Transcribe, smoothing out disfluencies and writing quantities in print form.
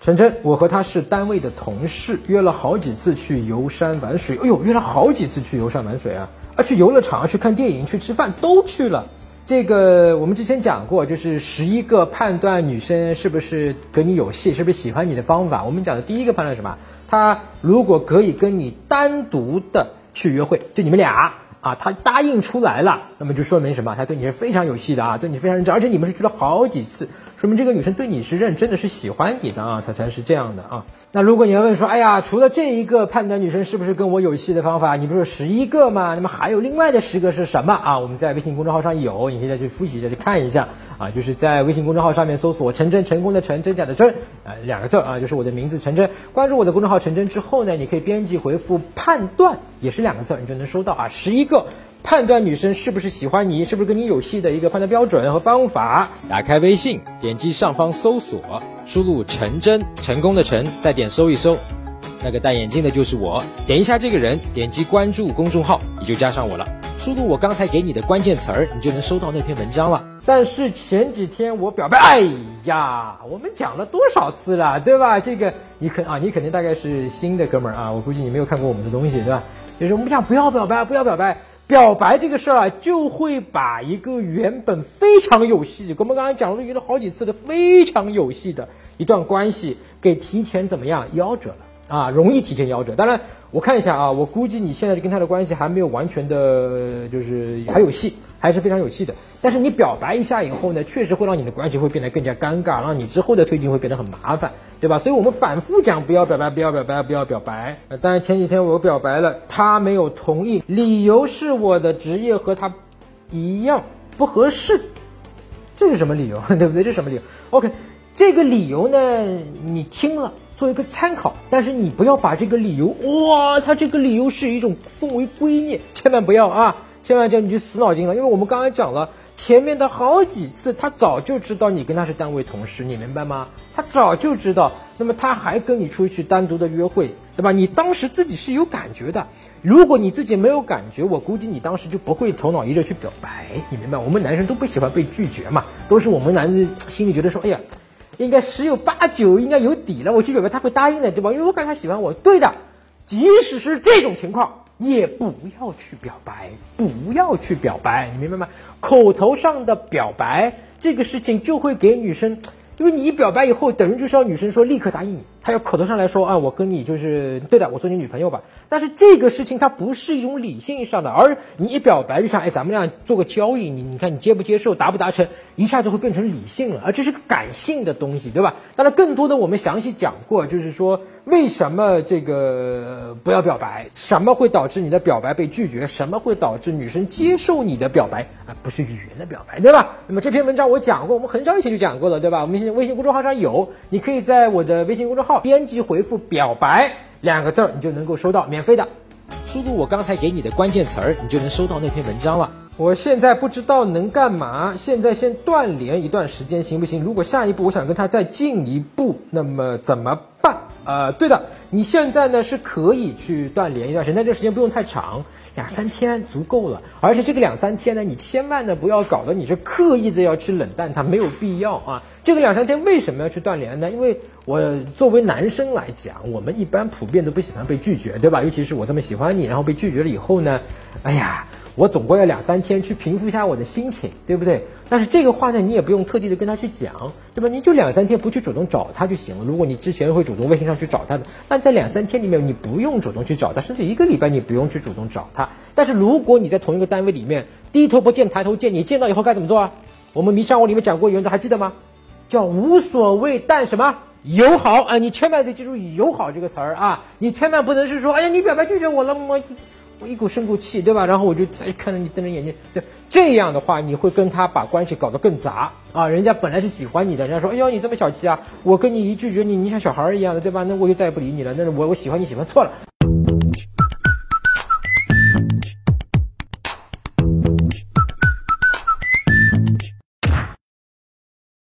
陈真，我和他是单位的同事，约了好几次去游山玩水。哎呦，约了好几次去游山玩水啊！去游乐场、去看电影、去吃饭都去了。这个我们之前讲过，就是11个判断女生是不是跟你有戏，是不是喜欢你的方法。我们讲的第一个判断是什么？她如果可以跟你单独的去约会，就你们俩啊，他答应出来了，那么就说明什么？他对你是非常有戏的啊，对你非常认真，而且你们是去了好几次，说明这个女生对你是认真的，是喜欢你的啊，她才是这样的啊。那如果你要问说，哎呀，除了这一个判断女生是不是跟我有戏的方法，你不是11个吗？那么还有另外的10个是什么啊？我们在微信公众号上有，你可以再去复习一下，去看一下啊。就是在微信公众号上面搜索陈真，成功的陈，真假的真，2个字啊，就是我的名字陈真。关注我的公众号陈真之后呢，你可以编辑回复判断，也是2个字，你就能收到啊11个判断女生是不是喜欢你，是不是跟你有戏的一个判断标准和方法。打开微信，点击上方搜索，输入陈真，成功的陈，再点搜一搜，那个戴眼镜的就是我，点一下这个人，点击关注公众号，你就加上我了。输入我刚才给你的关键词儿，你就能收到那篇文章了。但是前几天我表白，哎呀，我们讲了多少次了，对吧？这个你肯定大概是新的哥们儿啊，我估计你没有看过我们的东西，对吧？就是我们讲不要表白，不要表白。表白这个事儿啊，就会把一个原本非常有戏，我们刚才讲了约了好几次的非常有戏的一段关系，给提前怎么样夭折了啊，容易提前夭折。当然，我看一下啊，我估计你现在跟他的关系还没有完全的，就是还有戏，还是非常有戏的。但是你表白一下以后呢，确实会让你的关系会变得更加尴尬，让你之后的推进会变得很麻烦，对吧？所以我们反复讲不要表白，不要表白，不要表白。但是前几天我表白了，他没有同意，理由是我的职业和他一样不合适。这是什么理由？对不对？这是什么理由 ？OK， 这个理由呢，你听了做一个参考，但是你不要把这个理由，哇，他这个理由是一种奉为圭臬，千万不要啊！千万叫你去死脑筋了，因为我们刚才讲了前面的好几次，他早就知道你跟他是单位同事，你明白吗？他早就知道，那么他还跟你出去单独的约会，对吧？你当时自己是有感觉的，如果你自己没有感觉，我估计你当时就不会头脑一热去表白，你明白？我们男生都不喜欢被拒绝嘛，都是我们男生心里觉得说，哎呀，应该10有8九应该有底了，我去表白他会答应的，对吧？因为我感觉他喜欢我，对的，即使是这种情况。也不要去表白，不要去表白，你明白吗？口头上的表白这个事情就会给女生，因为你一表白以后，等于就是要女生说立刻答应你，她要口头上来说啊，我跟你就是对的，我做你女朋友吧。但是这个事情它不是一种理性上的，而你一表白就想，哎，咱们俩做个交易，你看你接不接受，达不达成，一下子会变成理性了，而这是个感性的东西，对吧？当然，更多的我们详细讲过，就是说为什么这个不要表白，什么会导致你的表白被拒绝，什么会导致女生接受你的表白啊，不是语言的表白，对吧？那么这篇文章我讲过，我们很早以前就讲过了，对吧？我们微信公众号上有，你可以在我的微信公众号编辑回复表白2个字，你就能够收到免费的。输入我刚才给你的关键词儿，你就能收到那篇文章了。我现在不知道能干嘛，现在先断联一段时间行不行？如果下一步我想跟他再进一步，那么怎么办？对的，你现在呢是可以去断联一段时间，但这个时间不用太长，2-3天足够了。而且这个2-3天呢，你千万呢不要搞得你是刻意的要去冷淡他，没有必要啊。这个2-3天为什么要去断联呢？因为我作为男生来讲，我们一般普遍都不喜欢被拒绝，对吧？尤其是我这么喜欢你，然后被拒绝了以后呢，哎呀，我总归要2-3天去平复一下我的心情，对不对？但是这个话呢，你也不用特地的跟他去讲，对吧？你就2-3天不去主动找他就行了。如果你之前会主动微信上去找他的，那在2-3天里面你不用主动去找他，甚至1个礼拜你不用去主动找他。但是如果你在同一个单位里面，低头不见抬头见，你见到以后该怎么做啊？我们迷上我里面讲过原则，还记得吗？叫无所谓但什么友好啊！你千万得记住友好这个词儿啊！你千万不能是说，哎呀，你表白拒绝我了，我一股生股气，对吧？然后我就再看着你瞪着眼睛，对，这样的话你会跟他把关系搞得更杂啊！人家本来是喜欢你的，人家说，哎呦，你这么小气啊！我跟你一拒绝你，你像小孩一样的，对吧？那我就再也不理你了。那是我喜欢你喜欢错了。